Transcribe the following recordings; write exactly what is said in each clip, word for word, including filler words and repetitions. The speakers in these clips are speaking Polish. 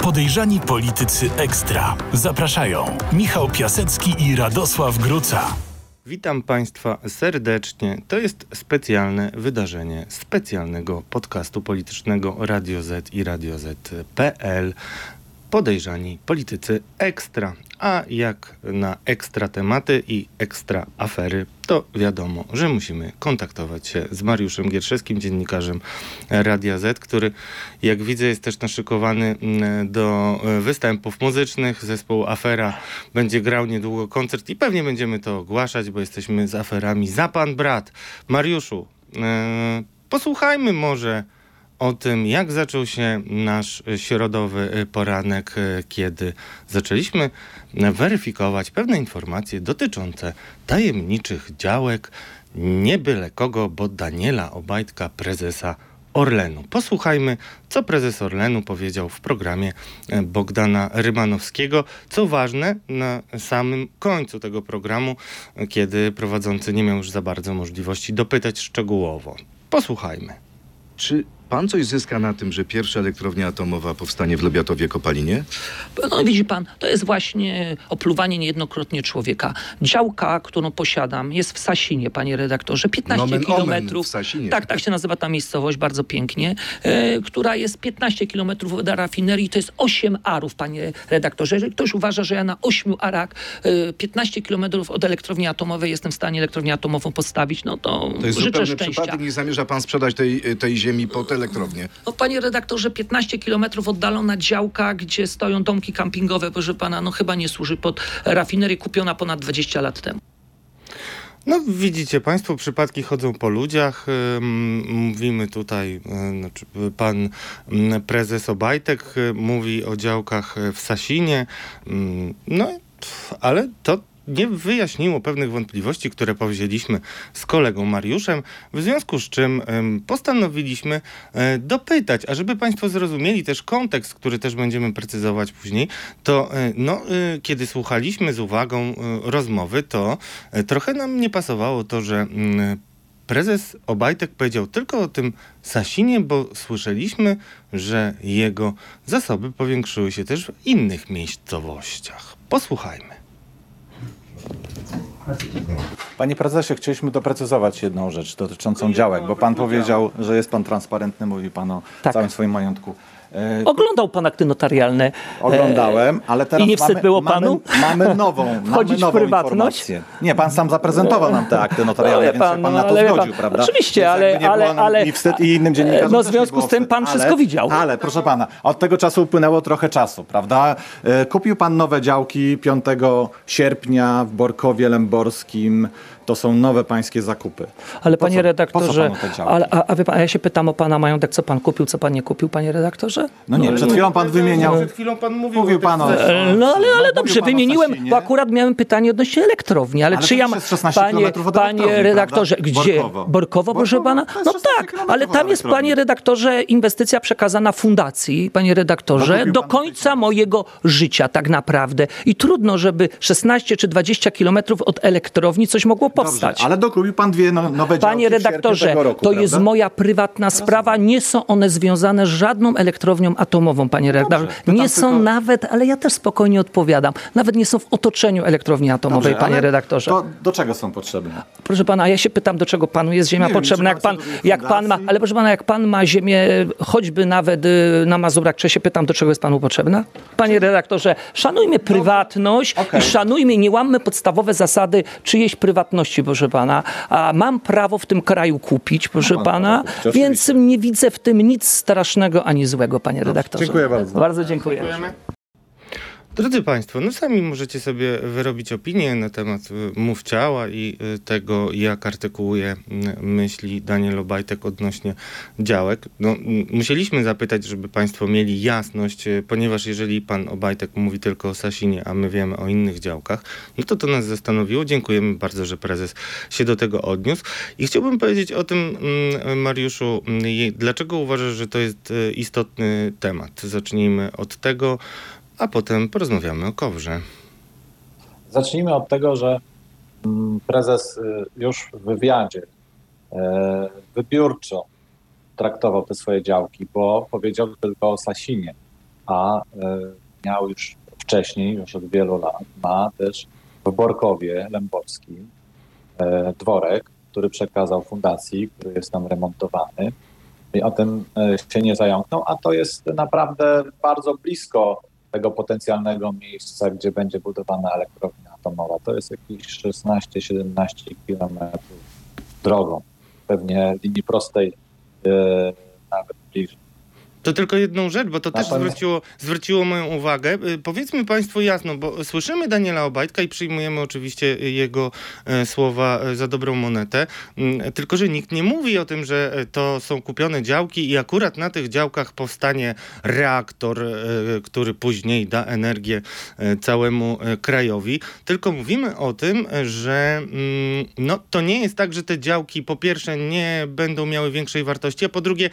Podejrzani Politycy Ekstra. Zapraszają Michał Piasecki i Radosław Gruca. Witam Państwa serdecznie. To jest specjalne wydarzenie specjalnego podcastu politycznego Radio Z i Radio Z kropka P L. Podejrzani Politycy Ekstra. A jak na ekstra tematy i ekstra afery, to wiadomo, że musimy kontaktować się z Mariuszem Gierszewskim, dziennikarzem Radia Z, który, jak widzę, jest też naszykowany do występów muzycznych. Zespół Afera będzie grał niedługo koncert i pewnie będziemy to ogłaszać, bo jesteśmy z aferami za pan brat. Mariuszu, e, posłuchajmy może o tym, jak zaczął się nasz środowy poranek, kiedy zaczęliśmy weryfikować pewne informacje dotyczące tajemniczych działek nie byle kogo, bo Daniela Obajtka, prezesa Orlenu. Posłuchajmy, co prezes Orlenu powiedział w programie Bogdana Rymanowskiego. Co ważne, na samym końcu tego programu, kiedy prowadzący nie miał już za bardzo możliwości dopytać szczegółowo. Posłuchajmy. Czy pan coś zyska na tym, że pierwsza elektrownia atomowa powstanie w Lebiatowie-Kopalinie? No widzi pan, to jest właśnie opluwanie niejednokrotnie człowieka. Działka, którą posiadam, jest w Sasinie, panie redaktorze, piętnaście Nomen kilometrów. omen w Sasinie. Tak, tak się nazywa ta miejscowość, bardzo pięknie, e, która jest piętnaście kilometrów od rafinerii. To jest osiem arów, panie redaktorze. Jeżeli ktoś uważa, że ja na ośmiu arach e, piętnaście kilometrów od elektrowni atomowej jestem w stanie elektrownię atomową postawić, no to, To jest życzę zupełny szczęścia. przypadek. Nie zamierza pan sprzedać tej, tej ziemi pod elektrownię? No, panie redaktorze, piętnaście kilometrów oddalona działka, gdzie stoją domki kampingowe, proszę pana, no chyba nie służy pod rafinerię, kupiona ponad dwadzieścia lat temu. No widzicie państwo, przypadki chodzą po ludziach. Mówimy tutaj, znaczy pan prezes Obajtek mówi o działkach w Sasinie. No, ale to nie wyjaśniło pewnych wątpliwości, które powzięliśmy z kolegą Mariuszem, w związku z czym ym, postanowiliśmy y, dopytać, a żeby państwo zrozumieli też kontekst, który też będziemy precyzować później, to y, no, y, kiedy słuchaliśmy z uwagą y, rozmowy, to y, trochę nam nie pasowało to, że y, prezes Obajtek powiedział tylko o tym Sasinie, bo słyszeliśmy, że jego zasoby powiększyły się też w innych miejscowościach. Posłuchajmy. Panie prezesie, chcieliśmy doprecyzować jedną rzecz dotyczącą działek, bo pan powiedział, że jest pan transparentny, mówi pan o Tak. całym swoim majątku. E, Oglądał pan akty notarialne. Oglądałem, ale teraz I nie wstyd mamy, było mamy, panu? mamy nową, Wchodzić mamy w nową prywatność? informację. Nie, pan sam zaprezentował nam te akty notarialne, No, więc pan, się pan no, na to ale zgodził, pan, prawda? oczywiście, Więc ale- jakby nie ale- było nam ale- i wstyd, i innym dziennikarzom no, w też nie związku było z tym wstyd. pan ale, wszystko widział. Ale proszę pana, od tego czasu upłynęło trochę czasu, prawda? E, Kupił pan nowe działki piątego sierpnia w Borkowie Lęborskim. To są nowe pańskie zakupy. Ale Po panie co- redaktorze, po co panu te działki? ale, a, a, wie pan, a ja się pytam o pana majątek, co pan kupił, co pan nie kupił, panie redaktorze? No nie, przed chwilą pan wymieniał. Przed chwilą pan mówił, Mówił o tych pan o- Sasinie. No ale, ale Mówił dobrze, pan o wymieniłem, Sasinie. bo akurat miałem pytanie odnośnie elektrowni, ale, Ale czy to ja jest mam, szesnaście panie, kilometrów od panie elektrowni, redaktorze, prawda? gdzie? Borkowo. Borkowo, proszę Borkowo, pana? to jest No szesnaście tak, kilometrów ale od tam jest, elektrowni. panie redaktorze, inwestycja przekazana fundacji, panie redaktorze, Dokupił do pan końca tej mojego życia tak naprawdę. I trudno, żeby szesnaście czy dwadzieścia kilometrów od elektrowni coś mogło powstać. Dobrze, ale dokupił pan dwie no, nowe działki Panie w sierpniu redaktorze, tego roku, to prawda? jest moja prywatna sprawa. Nie są one związane z żadną elektrownią atomową, panie redaktorze. pytam Nie są tylko- nawet, ale ja też spokojnie odpowiadam, nawet nie są w otoczeniu elektrowni atomowej, Dobrze, panie ale redaktorze. To do czego są potrzebne? Proszę pana, ja się pytam, do czego panu jest ziemia Nie wiem, potrzebna, czy jak pan pan, sobie jak pan ma, fundacji- ale proszę pana, jak pan ma ziemię, choćby nawet y, na Mazurach, czy się pytam, do czego jest panu potrzebna? Panie redaktorze, szanujmy prywatność okej. i szanujmy, nie łammy podstawowe zasady czyjejś prywatności, proszę pana. A mam prawo w tym kraju kupić, proszę pan pana, prawo kupić, więc nie widzę w tym nic strasznego ani złego, panie redaktorze. dziękuję bardzo. Bardzo dziękuję. Dziękujemy. Drodzy Państwo, no sami możecie sobie wyrobić opinię na temat y, mów ciała i y, tego, jak artykułuje y, myśli Daniel Obajtek odnośnie działek. No, y, musieliśmy zapytać, żeby Państwo mieli jasność, y, ponieważ jeżeli pan Obajtek mówi tylko o Sasinie, a my wiemy o innych działkach, no to to nas zastanowiło. Dziękujemy bardzo, że prezes się do tego odniósł. I chciałbym powiedzieć o tym, y, Mariuszu, y, dlaczego uważasz, że to jest y, istotny temat. Zacznijmy od tego, a potem porozmawiamy o Kowrze. Zacznijmy od tego, że prezes już w wywiadzie wybiórczo traktował te swoje działki, bo powiedział tylko o Sasinie. a miał już wcześniej, już od wielu lat, ma też w Borkowie Lęborskim dworek, który przekazał fundacji, który jest tam remontowany i o tym się nie zająknął, a to jest naprawdę bardzo blisko tego potencjalnego miejsca, gdzie będzie budowana elektrownia atomowa. To jest jakieś szesnaście siedemnaście kilometrów drogą, pewnie linii prostej yy, nawet bliżej. To tylko jedną rzecz, bo to Natomiast... też zwróciło, zwróciło moją uwagę. Powiedzmy Państwu jasno, bo słyszymy Daniela Obajtka i przyjmujemy oczywiście jego e, słowa za dobrą monetę, m, tylko że nikt nie mówi o tym, że to są kupione działki i akurat na tych działkach powstanie reaktor, e, który później da energię e, całemu e, krajowi. Tylko mówimy o tym, że m, no, to nie jest tak, że te działki po pierwsze nie będą miały większej wartości, a po drugie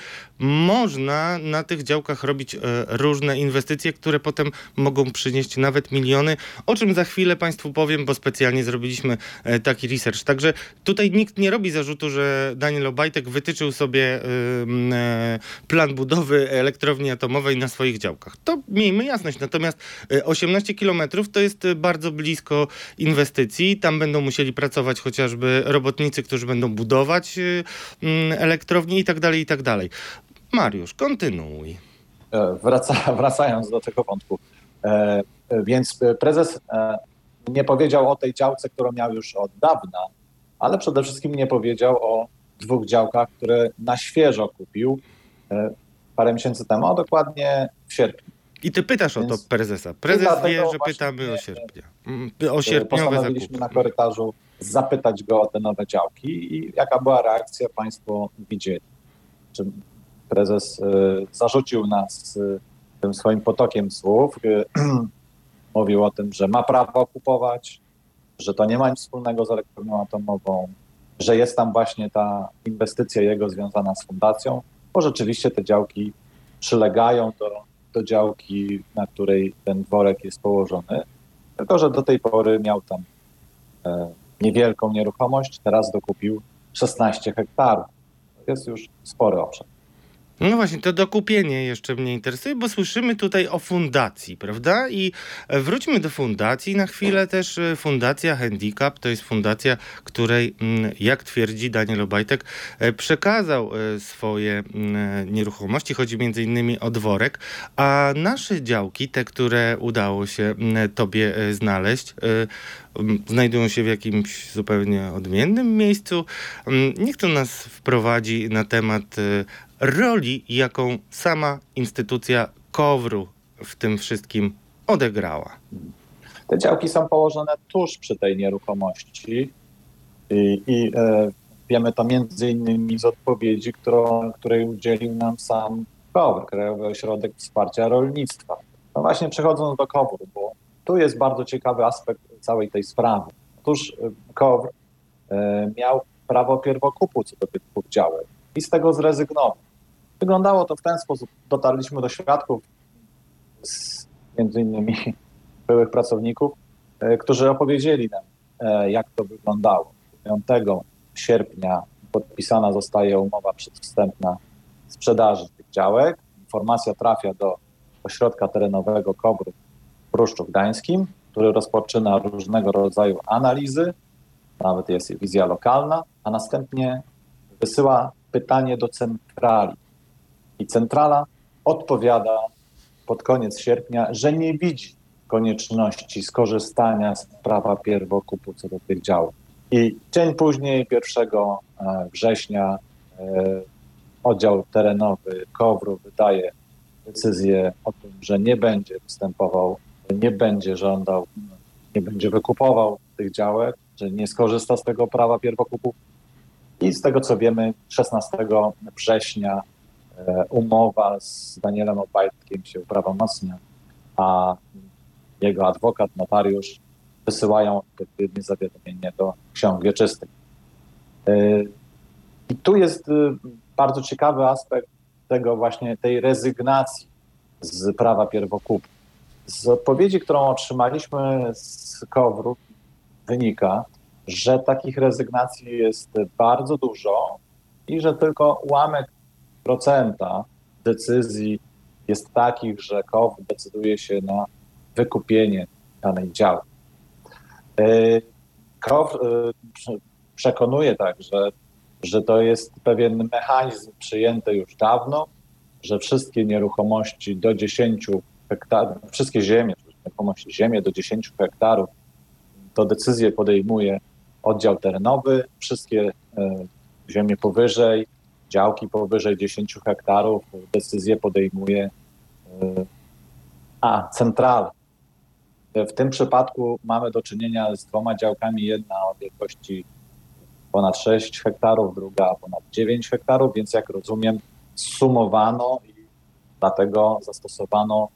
można na na tych działkach robić e, różne inwestycje, które potem mogą przynieść nawet miliony, o czym za chwilę Państwu powiem, bo specjalnie zrobiliśmy e, taki research. Także tutaj nikt nie robi zarzutu, że Daniel Obajtek wytyczył sobie e, plan budowy elektrowni atomowej na swoich działkach. To miejmy jasność. Natomiast e, osiemnaście kilometrów to jest bardzo blisko inwestycji. Tam będą musieli pracować chociażby robotnicy, którzy będą budować e, elektrownie i tak dalej, i tak dalej. Mariusz, kontynuuj. Wraca, wracając do tego wątku. E, więc prezes e, nie powiedział o tej działce, którą miał już od dawna, ale przede wszystkim nie powiedział o dwóch działkach, które na świeżo kupił e, parę miesięcy temu, a dokładnie w sierpniu. I ty pytasz więc, o to prezesa. Prezes wie, że pytamy o sierpnia. O sierpniowe postanowiliśmy zakupy. Na korytarzu zapytać go o te nowe działki i jaka była reakcja, Państwo widzieli. Czy prezes y, zarzucił nas y, tym swoim potokiem słów. Y, mówił o tym, że ma prawo kupować, że to nie ma nic wspólnego z elektrownią atomową, że jest tam właśnie ta inwestycja jego związana z fundacją, bo rzeczywiście te działki przylegają do, do działki, na której ten dworek jest położony, tylko że do tej pory miał tam e, niewielką nieruchomość, teraz dokupił szesnaście hektarów. To jest już spory obszar. No właśnie, to dokupienie jeszcze mnie interesuje, bo słyszymy tutaj o fundacji, prawda? I wróćmy do fundacji na chwilę też. Fundacja Handicap to jest fundacja, której, jak twierdzi Daniel Obajtek, przekazał swoje nieruchomości. Chodzi między innymi o dworek, a nasze działki, te, które udało się tobie znaleźć, znajdują się w jakimś zupełnie odmiennym miejscu. Niech to nas wprowadzi na temat roli, jaką sama instytucja KOWR-u w tym wszystkim odegrała. Te działki są położone tuż przy tej nieruchomości i, i e, wiemy to między innymi z odpowiedzi, którą, której udzielił nam sam KOWR, Krajowy Ośrodek Wsparcia Rolnictwa. No właśnie przechodząc do KOWR-u, bo tu jest bardzo ciekawy aspekt całej tej sprawy. Otóż KOWR e, miał prawo pierwokupu co do tych dwóch działek i z tego zrezygnował. Wyglądało to w ten sposób. Dotarliśmy do świadków, z, między innymi byłych pracowników, e, którzy opowiedzieli nam, e, jak to wyglądało. piątego sierpnia podpisana zostaje umowa przedwstępna sprzedaży tych działek. Informacja trafia do ośrodka terenowego KOWR w Pruszczu Gdańskim, który rozpoczyna różnego rodzaju analizy, nawet jest wizja lokalna, a następnie wysyła pytanie do centrali. I centrala odpowiada pod koniec sierpnia, że nie widzi konieczności skorzystania z prawa pierwokupu co do tych działek. I dzień później, pierwszego września, oddział terenowy KOWR-u wydaje decyzję o tym, że nie będzie występował, nie będzie żądał, nie będzie wykupował tych działek, że nie skorzysta z tego prawa pierwokupu. I z tego, co wiemy, szesnastego września umowa z Danielem Obajtkiem się uprawomocnia, a jego adwokat, notariusz wysyłają odpowiednie zawiadomienie do ksiąg wieczystych. I tu jest bardzo ciekawy aspekt tego właśnie, tej rezygnacji z prawa pierwokupu. Z odpowiedzi, którą otrzymaliśmy z KOWR-u, wynika, że takich rezygnacji jest bardzo dużo i że tylko ułamek procenta decyzji jest takich, że K O W decyduje się na wykupienie danej działki. K O W przekonuje także, że to jest pewien mechanizm przyjęty już dawno, że wszystkie nieruchomości do dziesięciu hektarów, wszystkie ziemie, nieruchomości ziemię do dziesięciu hektarów, to decyzję podejmuje oddział terenowy, wszystkie ziemie powyżej, działki powyżej dziesięciu hektarów, decyzję podejmuje a centrala. W tym przypadku mamy do czynienia z dwoma działkami, jedna o wielkości ponad sześć hektarów, druga ponad dziewięć hektarów, więc jak rozumiem zsumowano i dlatego zastosowano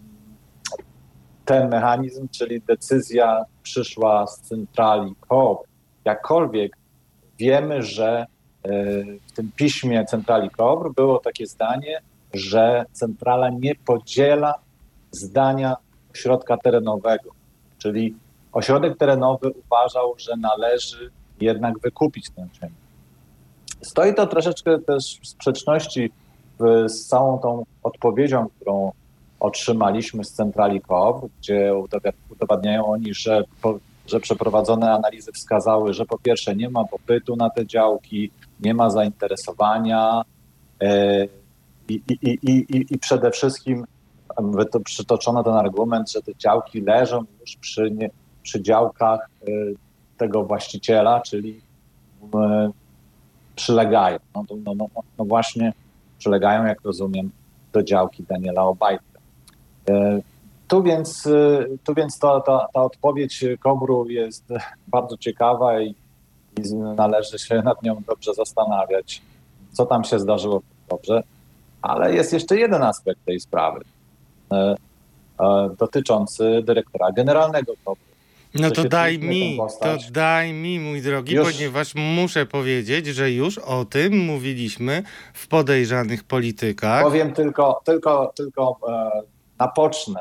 ten mechanizm, czyli decyzja przyszła z centrali K O W. Jakkolwiek wiemy, że w tym piśmie centrali K O W było takie zdanie, że centrala nie podziela zdania ośrodka terenowego, czyli ośrodek terenowy uważał, że należy jednak wykupić tę ziemię. Stoi to troszeczkę też w sprzeczności z całą tą odpowiedzią, którą otrzymaliśmy z centrali K O W, gdzie udowadniają oni, że, po, że przeprowadzone analizy wskazały, że po pierwsze nie ma popytu na te działki, nie ma zainteresowania yy, i, i, i, i, i przede wszystkim to przytoczono ten argument, że te działki leżą już przy, nie, przy działkach yy, tego właściciela, czyli yy, przylegają. No, no, no, no właśnie przylegają, jak rozumiem, do działki Daniela Obajtka. Yy, tu więc, yy, tu więc to, ta, ta odpowiedź K O W-u jest bardzo ciekawa i, i należy się nad nią dobrze zastanawiać, co tam się zdarzyło dobrze. Ale jest jeszcze jeden aspekt tej sprawy yy, yy, dotyczący dyrektora generalnego K O W-u. No to daj mi, to daj mi, mój drogi, już. Ponieważ muszę powiedzieć, że już o tym mówiliśmy w Podejrzanych Politykach. Powiem tylko, tylko, tylko e, napocznę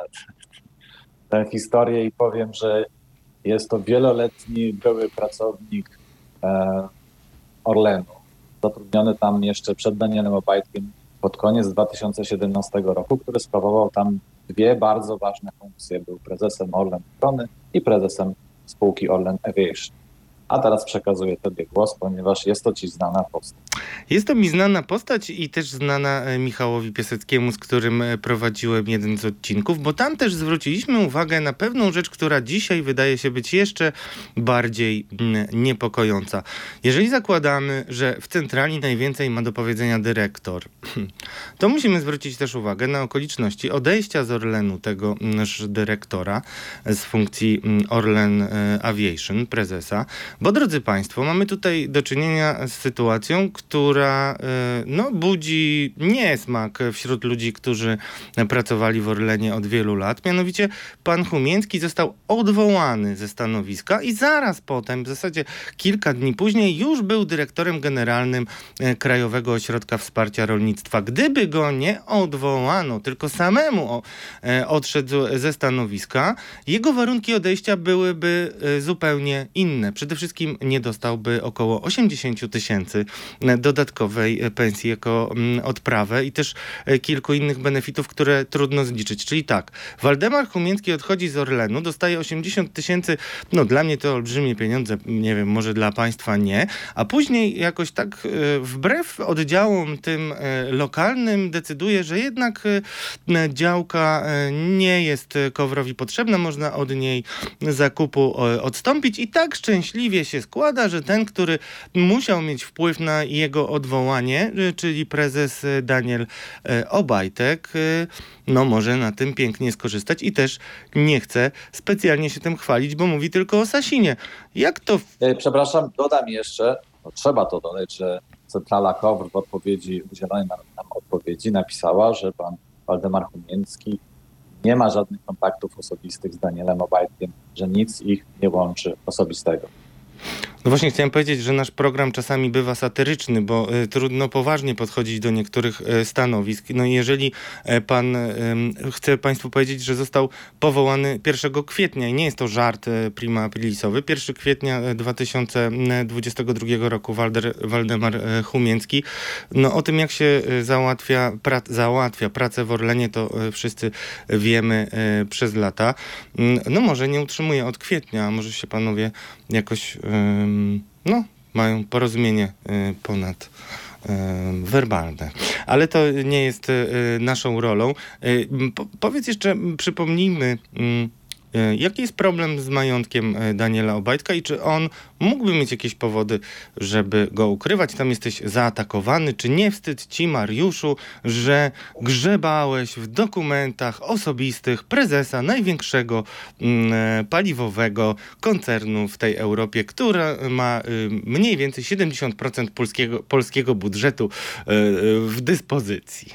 tę historię i powiem, że jest to wieloletni były pracownik e, Orlenu, zatrudniony tam jeszcze przed Danielem Obajtkiem pod koniec dwa tysiące siedemnastego roku, który sprawował tam dwie bardzo ważne funkcje. Był prezesem Orlen Ochrony i prezesem spółki Orlen Aviation. A teraz przekazuję Tobie głos, ponieważ jest to Ci znana postać. Jest to mi znana postać i też znana Michałowi Piaseckiemu, z którym prowadziłem jeden z odcinków, bo tam też zwróciliśmy uwagę na pewną rzecz, która dzisiaj wydaje się być jeszcze bardziej niepokojąca. Jeżeli zakładamy, że w centrali najwięcej ma do powiedzenia dyrektor, to musimy zwrócić też uwagę na okoliczności odejścia z Orlenu tego nasz dyrektora z funkcji Orlen Aviation, prezesa. Bo drodzy Państwo, mamy tutaj do czynienia z sytuacją, która no, budzi niesmak wśród ludzi, którzy pracowali w Orlenie od wielu lat. Mianowicie pan Chumiński został odwołany ze stanowiska i zaraz potem, w zasadzie kilka dni później, już był dyrektorem generalnym Krajowego Ośrodka Wsparcia Rolnictwa. Gdyby go nie odwołano, tylko samemu odszedł ze stanowiska, jego warunki odejścia byłyby zupełnie inne. Przede wszystkim nie dostałby około osiemdziesiąt tysięcy dodatkowej pensji jako odprawę i też kilku innych benefitów, które trudno zliczyć. Czyli tak, Waldemar Chumiński odchodzi z Orlenu, dostaje osiemdziesiąt tysięcy, no dla mnie to olbrzymie pieniądze, nie wiem, może dla państwa nie, a później jakoś tak wbrew oddziałom tym lokalnym decyduje, że jednak działka nie jest K O W-owi potrzebna, można od niej zakupu odstąpić i tak szczęśliwie się składa, że ten, który musiał mieć wpływ na jego odwołanie, czyli prezes Daniel Obajtek, no może na tym pięknie skorzystać i też nie chce specjalnie się tym chwalić, bo mówi tylko o Sasinie. Jak to... Przepraszam, dodam jeszcze, no trzeba to dodać, że centrala K O W w odpowiedzi, udzielonej nam, nam odpowiedzi napisała, że pan Waldemar Chumiński nie ma żadnych kontaktów osobistych z Danielem Obajtkiem, że nic ich nie łączy osobistego. No właśnie chciałem powiedzieć, że nasz program czasami bywa satyryczny, bo y, trudno poważnie podchodzić do niektórych y, stanowisk. No i jeżeli y, pan y, chce państwu powiedzieć, że został powołany pierwszego kwietnia i nie jest to żart y, prima aprilisowy. pierwszego kwietnia dwa tysiące dwudziestego drugiego roku Walder, Waldemar y, Chumięcki. No o tym, jak się y, załatwia, pra, załatwia pracę w Orlenie, to y, wszyscy wiemy y, przez lata. Y, no może nie utrzymuje od kwietnia, a może się panowie jakoś... Y, no, mają porozumienie y, ponad y, werbalne. Ale to nie jest y, naszą rolą. Y, po, powiedz jeszcze, przypomnijmy, y, y, jaki jest problem z majątkiem Daniela Obajtka i czy on mógłby mieć jakieś powody, żeby go ukrywać? Tam jesteś zaatakowany. Czy nie wstyd ci, Mariuszu, że grzebałeś w dokumentach osobistych prezesa największego mm, paliwowego koncernu w tej Europie, która ma y, mniej więcej siedemdziesiąt procent polskiego, polskiego budżetu y, w dyspozycji?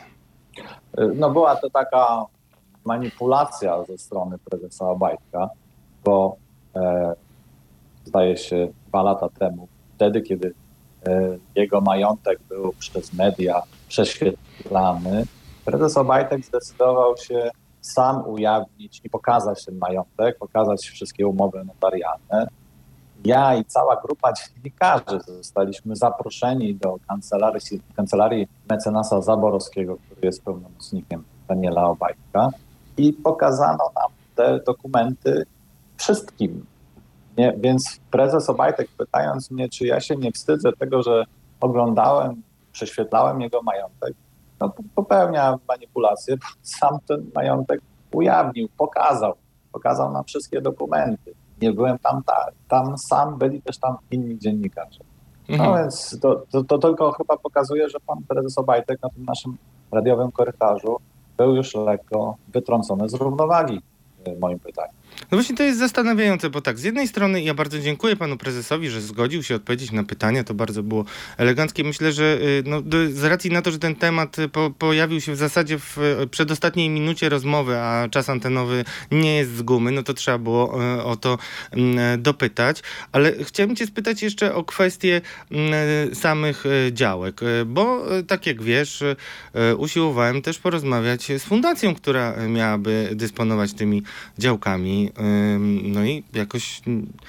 No była to taka manipulacja ze strony prezesa Obajtka, bo e, zdaje się dwa lata temu, wtedy kiedy e, jego majątek był przez media prześwietlany, prezes Obajtek zdecydował się sam ujawnić i pokazać ten majątek, pokazać wszystkie umowy notarialne. Ja i cała grupa dziennikarzy zostaliśmy zaproszeni do kancelarii, kancelarii mecenasa Zaborowskiego, który jest pełnomocnikiem Daniela Obajtka, i pokazano nam te dokumenty wszystkim. Nie, więc prezes Obajtek, pytając mnie, czy ja się nie wstydzę tego, że oglądałem, prześwietlałem jego majątek, no popełnia manipulację, bo sam ten majątek ujawnił, pokazał, pokazał nam wszystkie dokumenty. Nie byłem tam, ta, tam sam, byli też tam inni dziennikarze. No mhm. więc to, to, to tylko chyba pokazuje, że pan prezes Obajtek na tym naszym radiowym korytarzu był już lekko wytrącony z równowagi, w moim pytaniu. No właśnie to jest zastanawiające, bo tak, z jednej strony ja bardzo dziękuję panu prezesowi, że zgodził się odpowiedzieć na pytania, to bardzo było eleganckie. Myślę, że no, z racji na to, że ten temat po, pojawił się w zasadzie w przedostatniej minucie rozmowy, a czas antenowy nie jest z gumy, no to trzeba było o to dopytać. Ale chciałem cię spytać jeszcze o kwestię samych działek, bo tak jak wiesz, usiłowałem też porozmawiać z fundacją, która miałaby dysponować tymi działkami. No i jakoś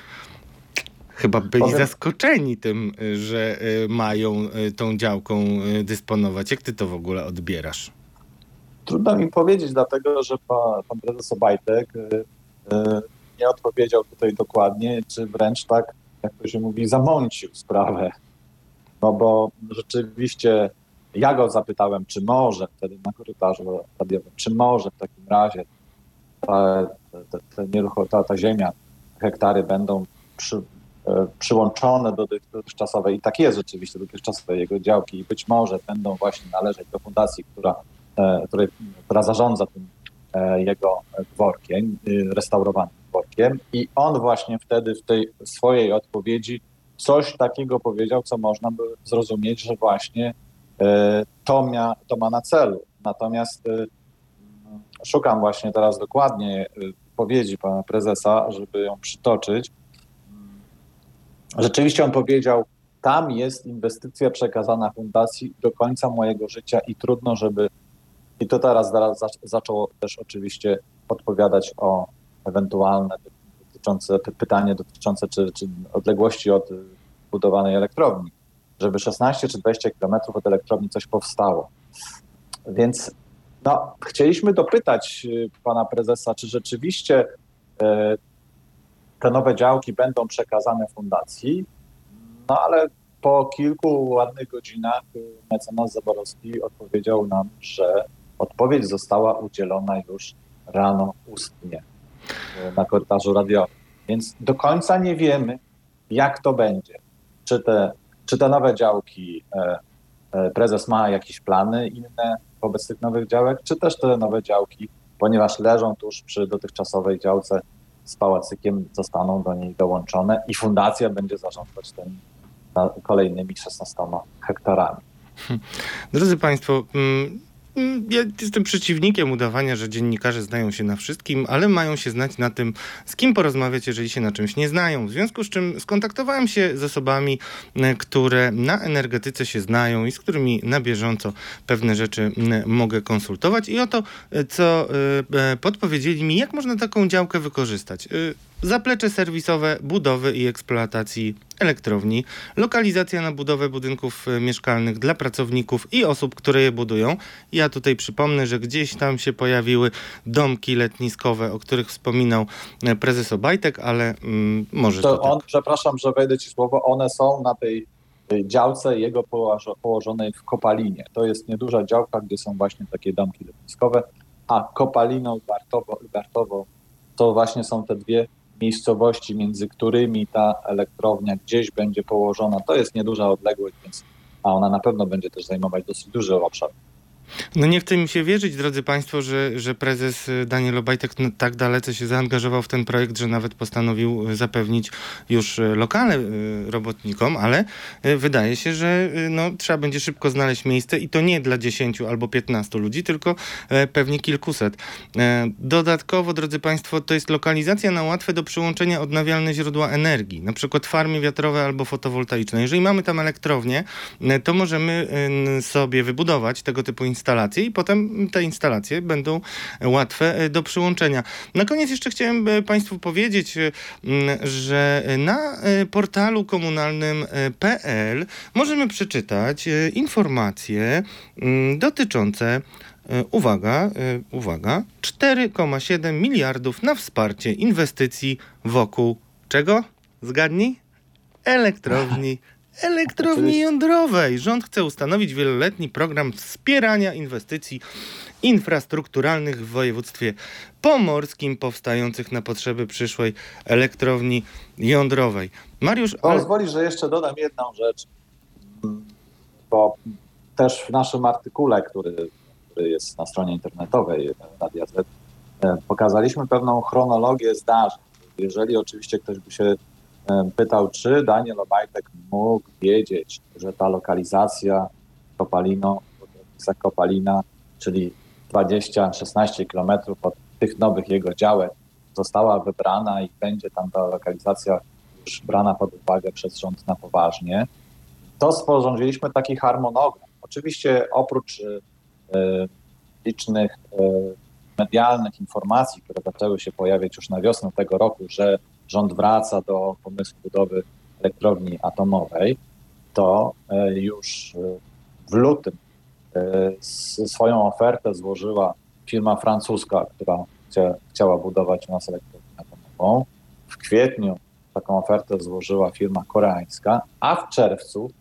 chyba byli Powiem... zaskoczeni tym, że mają tą działką dysponować. Jak ty to w ogóle odbierasz? Trudno mi powiedzieć, dlatego że pan, pan prezes Obajtek y, y, nie odpowiedział tutaj dokładnie, czy wręcz tak, jak to się mówi, zamącił sprawę. No bo rzeczywiście ja go zapytałem, czy może wtedy na korytarzu radiowym, czy może w takim razie ta, ta, ta, nierucho, ta, ta ziemia, hektary będą przy, e, przyłączone do dotychczasowej, i tak jest rzeczywiście, dotychczasowej jego działki, i być może będą właśnie należeć do fundacji, która, e, której, która zarządza tym e, jego dworkiem, e, restaurowanym dworkiem, i on właśnie wtedy w tej swojej odpowiedzi coś takiego powiedział, co można by zrozumieć, że właśnie e, to, mia, to ma na celu. Natomiast e, szukam właśnie teraz dokładnie wypowiedzi pana prezesa, żeby ją przytoczyć. Rzeczywiście on powiedział, tam jest inwestycja przekazana fundacji do końca mojego życia i trudno, żeby... I to teraz, teraz zaczął też oczywiście odpowiadać o ewentualne dotyczące, pytanie dotyczące czy, czy odległości od budowanej elektrowni, żeby szesnaście czy dwadzieścia kilometrów od elektrowni coś powstało. Więc no, chcieliśmy dopytać pana prezesa, czy rzeczywiście e, te nowe działki będą przekazane fundacji, no ale po kilku ładnych godzinach mecenas Zaborowski odpowiedział nam, że odpowiedź została udzielona już rano ustnie e, na korytarzu radiowym. Więc do końca nie wiemy, jak to będzie. Czy te, czy te nowe działki, e, e, prezes ma jakieś plany inne wobec tych nowych działek, czy też te nowe działki, ponieważ leżą tuż przy dotychczasowej działce z pałacykiem, zostaną do niej dołączone i fundacja będzie zarządzać tymi kolejnymi szesnastoma hektarami. Drodzy Państwo, ja jestem przeciwnikiem udawania, że dziennikarze znają się na wszystkim, ale mają się znać na tym, z kim porozmawiać, jeżeli się na czymś nie znają. W związku z czym skontaktowałem się z osobami, które na energetyce się znają i z którymi na bieżąco pewne rzeczy mogę konsultować. I oto, co podpowiedzieli mi, jak można taką działkę wykorzystać. Zaplecze serwisowe budowy i eksploatacji elektrowni, lokalizacja na budowę budynków mieszkalnych dla pracowników i osób, które je budują. Ja tutaj przypomnę, że gdzieś tam się pojawiły domki letniskowe, o których wspominał prezes Obajtek, ale mm, może to, to on, tak. Przepraszam, że wejdę ci słowo, one są na tej działce jego położ- położonej w Kopalinie. To jest nieduża działka, gdzie są właśnie takie domki letniskowe, a Kopalino i Bartowo, Bartowo to właśnie są te dwie miejscowości, między którymi ta elektrownia gdzieś będzie położona. To jest nieduża odległość, więc a ona na pewno będzie też zajmować dosyć duży obszar. No nie chce mi się wierzyć, drodzy Państwo, że, że prezes Daniel Obajtek no, tak dalece się zaangażował w ten projekt, że nawet postanowił zapewnić już lokale robotnikom, ale wydaje się, że no, trzeba będzie szybko znaleźć miejsce i to nie dla dziesięciu albo piętnastu ludzi, tylko pewnie kilkuset. Dodatkowo, drodzy Państwo, to jest lokalizacja na łatwe do przyłączenia odnawialne źródła energii, na przykład farmy wiatrowe albo fotowoltaiczne. Jeżeli mamy tam elektrownię, to możemy sobie wybudować tego typu instalacje i potem te instalacje będą łatwe do przyłączenia. Na koniec jeszcze chciałem Państwu powiedzieć, że na portalu komunalnym kropka p l możemy przeczytać informacje dotyczące, uwaga, uwaga, cztery przecinek siedem miliardów na wsparcie inwestycji wokół czego? Zgadnij? Elektrowni. Elektrowni jądrowej. Rząd chce ustanowić wieloletni program wspierania inwestycji infrastrukturalnych w województwie pomorskim powstających na potrzeby przyszłej elektrowni jądrowej. Mariusz, ale... Pozwolisz, że jeszcze dodam jedną rzecz, bo też w naszym artykule, który, który jest na stronie internetowej Radia Z, pokazaliśmy pewną chronologię zdarzeń. Jeżeli oczywiście ktoś by się pytał, czy Daniel Obajtek mógł wiedzieć, że ta lokalizacja Kopalino, Kopalina, czyli dwadzieścia szesnaście kilometrów od tych nowych jego działek została wybrana i będzie tam ta lokalizacja już brana pod uwagę przez rząd na poważnie, to sporządziliśmy taki harmonogram. Oczywiście oprócz y, licznych y, medialnych informacji, które zaczęły się pojawiać już na wiosnę tego roku, że rząd wraca do pomysłu budowy elektrowni atomowej, to już w lutym swoją ofertę złożyła firma francuska, która chciała budować u nas elektrownię atomową. W kwietniu taką ofertę złożyła firma koreańska, a w czerwcu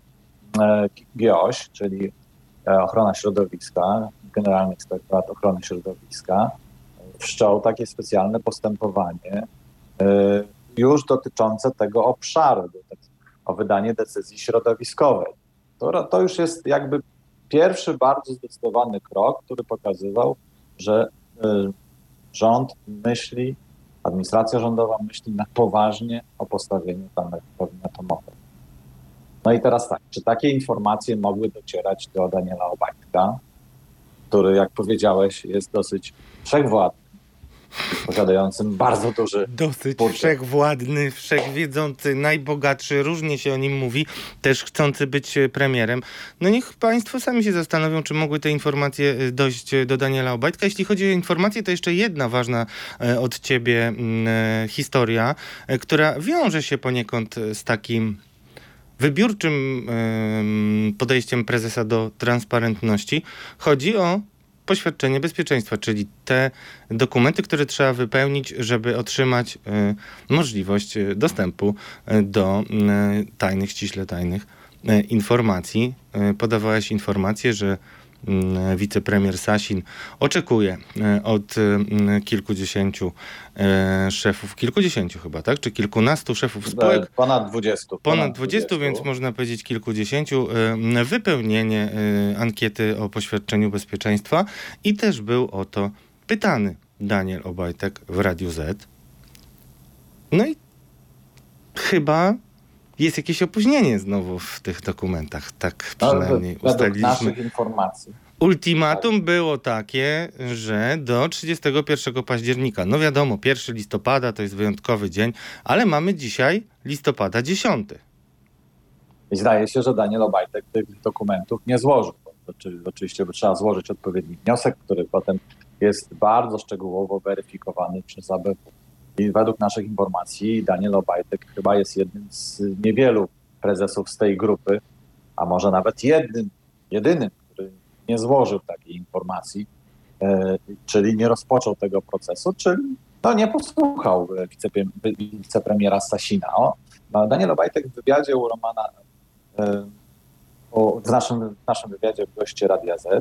G O Ś, czyli Ochrona Środowiska, Generalny Inspektorat Ochrony Środowiska, wszczął takie specjalne postępowanie już dotyczące tego obszaru, o wydanie decyzji środowiskowej. To, to już jest jakby pierwszy bardzo zdecydowany krok, który pokazywał, że y, rząd myśli, administracja rządowa myśli na poważnie o postawieniu tam elektrowni atomowej. No i teraz tak, czy takie informacje mogły docierać do Daniela Obajtka, który, jak powiedziałeś, jest dosyć wszechwładny, posiadającym bardzo duży Dosyć budżet. wszechwładny, wszechwiedzący, najbogatszy, różnie się o nim mówi, też chcący być premierem. No niech Państwo sami się zastanowią, czy mogły te informacje dojść do Daniela Obajtka. Jeśli chodzi o informacje, to jeszcze jedna ważna od Ciebie historia, która wiąże się poniekąd z takim wybiórczym podejściem prezesa do transparentności. Chodzi o poświadczenie bezpieczeństwa, czyli te dokumenty, które trzeba wypełnić, żeby otrzymać y, możliwość dostępu do y, tajnych, ściśle tajnych y, informacji. Y, podawałeś informację, że y, wicepremier Sasin oczekuje y, od y, kilkudziesięciu y, szefów, kilkudziesięciu chyba, tak? Czy kilkunastu szefów spółek? Ponad dwudziestu. Ponad dwudziestu, więc można powiedzieć kilkudziesięciu, y, wypełnienie y, ankiety o poświadczeniu bezpieczeństwa i też był o to pytany Daniel Obajtek w Radiu Z. No i chyba jest jakieś opóźnienie znowu w tych dokumentach, tak przynajmniej no, według ustaliliśmy. naszych informacji. Ultimatum było takie, że do trzydziestego pierwszego października, no wiadomo, pierwszego listopada to jest wyjątkowy dzień, ale mamy dzisiaj listopada dziesiątego. I zdaje się, że Daniel Obajtek tych dokumentów nie złożył. Oczywiście trzeba złożyć odpowiedni wniosek, który potem jest bardzo szczegółowo weryfikowany przez A B W. I według naszych informacji Daniel Obajtek chyba jest jednym z niewielu prezesów z tej grupy, a może nawet jednym, jedynym, który nie złożył takiej informacji, e, czyli nie rozpoczął tego procesu, czyli no, nie posłuchał wicepremiera, wicepremiera Sasina. O, Daniel Obajtek w wywiadzie u Romana, e, o, w, naszym, w naszym wywiadzie w goście Radia Z, e,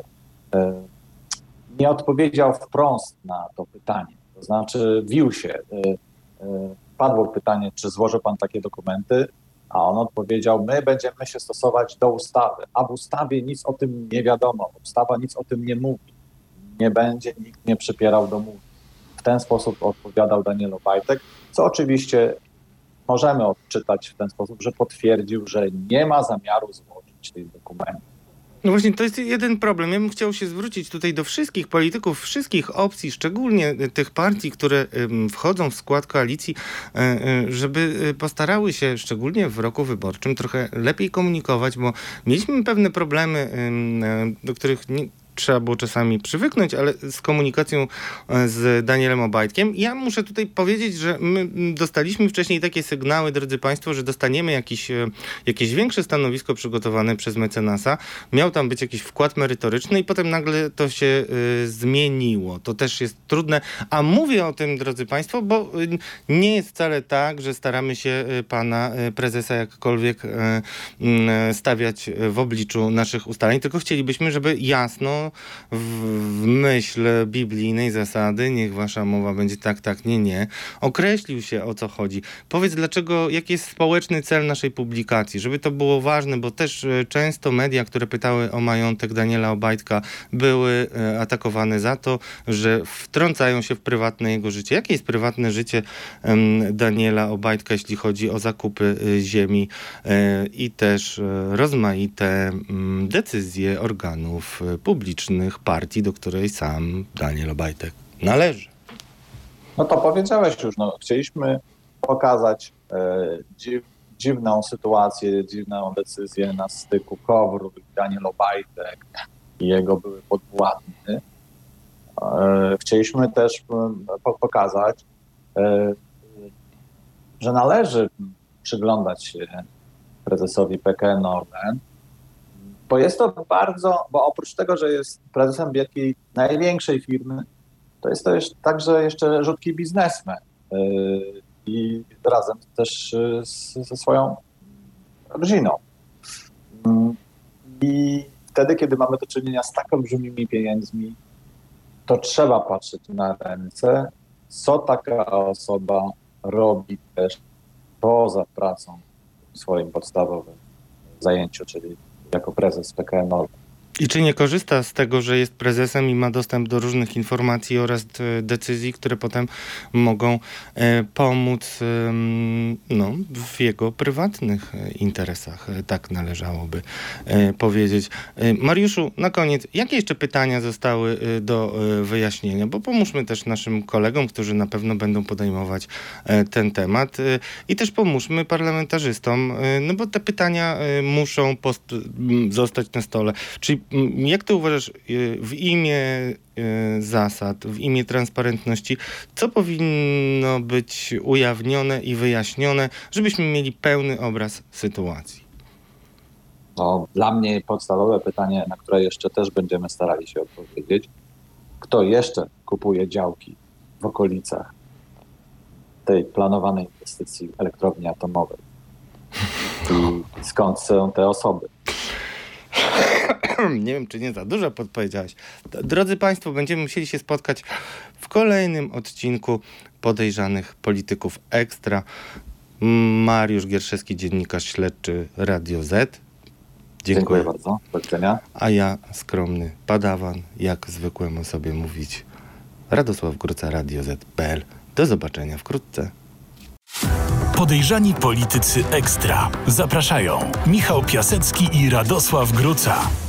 nie odpowiedział wprost na to pytanie. To znaczy wił się. E, e, padło pytanie, czy złoży pan takie dokumenty, a on odpowiedział, my będziemy się stosować do ustawy, a w ustawie nic o tym nie wiadomo, ustawa nic o tym nie mówi, nie będzie, nikt nie przypierał do mówi. W ten sposób odpowiadał Daniel Obajtek, co oczywiście możemy odczytać w ten sposób, że potwierdził, że nie ma zamiaru złożyć tych dokumentów. No właśnie, to jest jeden problem. Ja bym chciał się zwrócić tutaj do wszystkich polityków, wszystkich opcji, szczególnie tych partii, które wchodzą w skład koalicji, żeby postarały się, szczególnie w roku wyborczym, trochę lepiej komunikować, bo mieliśmy pewne problemy, do których nie trzeba było czasami przywyknąć, ale z komunikacją z Danielem Obajtkiem. Ja muszę tutaj powiedzieć, że my dostaliśmy wcześniej takie sygnały, drodzy Państwo, że dostaniemy jakiś, jakieś większe stanowisko przygotowane przez mecenasa. Miał tam być jakiś wkład merytoryczny i potem nagle to się y, zmieniło. To też jest trudne. A mówię o tym, drodzy Państwo, bo y, nie jest wcale tak, że staramy się y, pana y, prezesa jakkolwiek y, y, stawiać w obliczu naszych ustaleń, tylko chcielibyśmy, żeby jasno w, w myśl biblijnej zasady, niech wasza mowa będzie tak, tak, nie, nie, określił się, o co chodzi. Powiedz, dlaczego, jaki jest społeczny cel naszej publikacji, żeby to było ważne, bo też y, często media, które pytały o majątek Daniela Obajtka, były y, atakowane za to, że wtrącają się w prywatne jego życie. Jakie jest prywatne życie y, Daniela Obajtka, jeśli chodzi o zakupy y, ziemi y, i też y, rozmaite y, decyzje organów y, publicznych, partii, do której sam Daniel Obajtek należy? No to powiedziałeś już, no, chcieliśmy pokazać e, dziw, dziwną sytuację, dziwną decyzję na styku Kowrót, Daniel Obajtek i jego były podwładny. E, chcieliśmy też e, pokazać, e, że należy przyglądać się prezesowi P K N Orlen, bo jest to bardzo, bo oprócz tego, że jest prezesem wielkiej, największej firmy, to jest to jeszcze, także jeszcze rzutki biznesmen yy, i razem też yy, z, ze swoją rodziną. Yy, I wtedy, kiedy mamy do czynienia z tak olbrzymimi pieniędzmi, to trzeba patrzeć na ręce, co taka osoba robi też poza pracą w swoim podstawowym zajęciu, czyli jako prezes P K N Orlen. I czy nie korzysta z tego, że jest prezesem i ma dostęp do różnych informacji oraz decyzji, które potem mogą e, pomóc e, no, w jego prywatnych interesach? Tak należałoby e, powiedzieć. E, Mariuszu, na koniec, jakie jeszcze pytania zostały e, do e, wyjaśnienia? Bo pomóżmy też naszym kolegom, którzy na pewno będą podejmować e, ten temat e, i też pomóżmy parlamentarzystom, e, no bo te pytania e, muszą post- zostać na stole. Czyli jak ty uważasz, w imię zasad, w imię transparentności, co powinno być ujawnione i wyjaśnione, żebyśmy mieli pełny obraz sytuacji? No, dla mnie podstawowe pytanie, na które jeszcze też będziemy starali się odpowiedzieć, kto jeszcze kupuje działki w okolicach tej planowanej inwestycji w elektrowni atomowej i skąd są te osoby? Nie wiem, czy nie za dużo podpowiedziałeś. Drodzy Państwo, będziemy musieli się spotkać w kolejnym odcinku Podejrzanych Polityków Ekstra. Mariusz Gierszewski, dziennikarz śledczy Radio Z. Dziękuję. Dziękuję bardzo. Do widzenia. A ja, skromny padawan, jak zwykłem o sobie mówić, Radosław Gruca, Radio Z kropka pe el. Do zobaczenia wkrótce. Podejrzani Politycy Ekstra. Zapraszają Michał Piasecki i Radosław Gruca.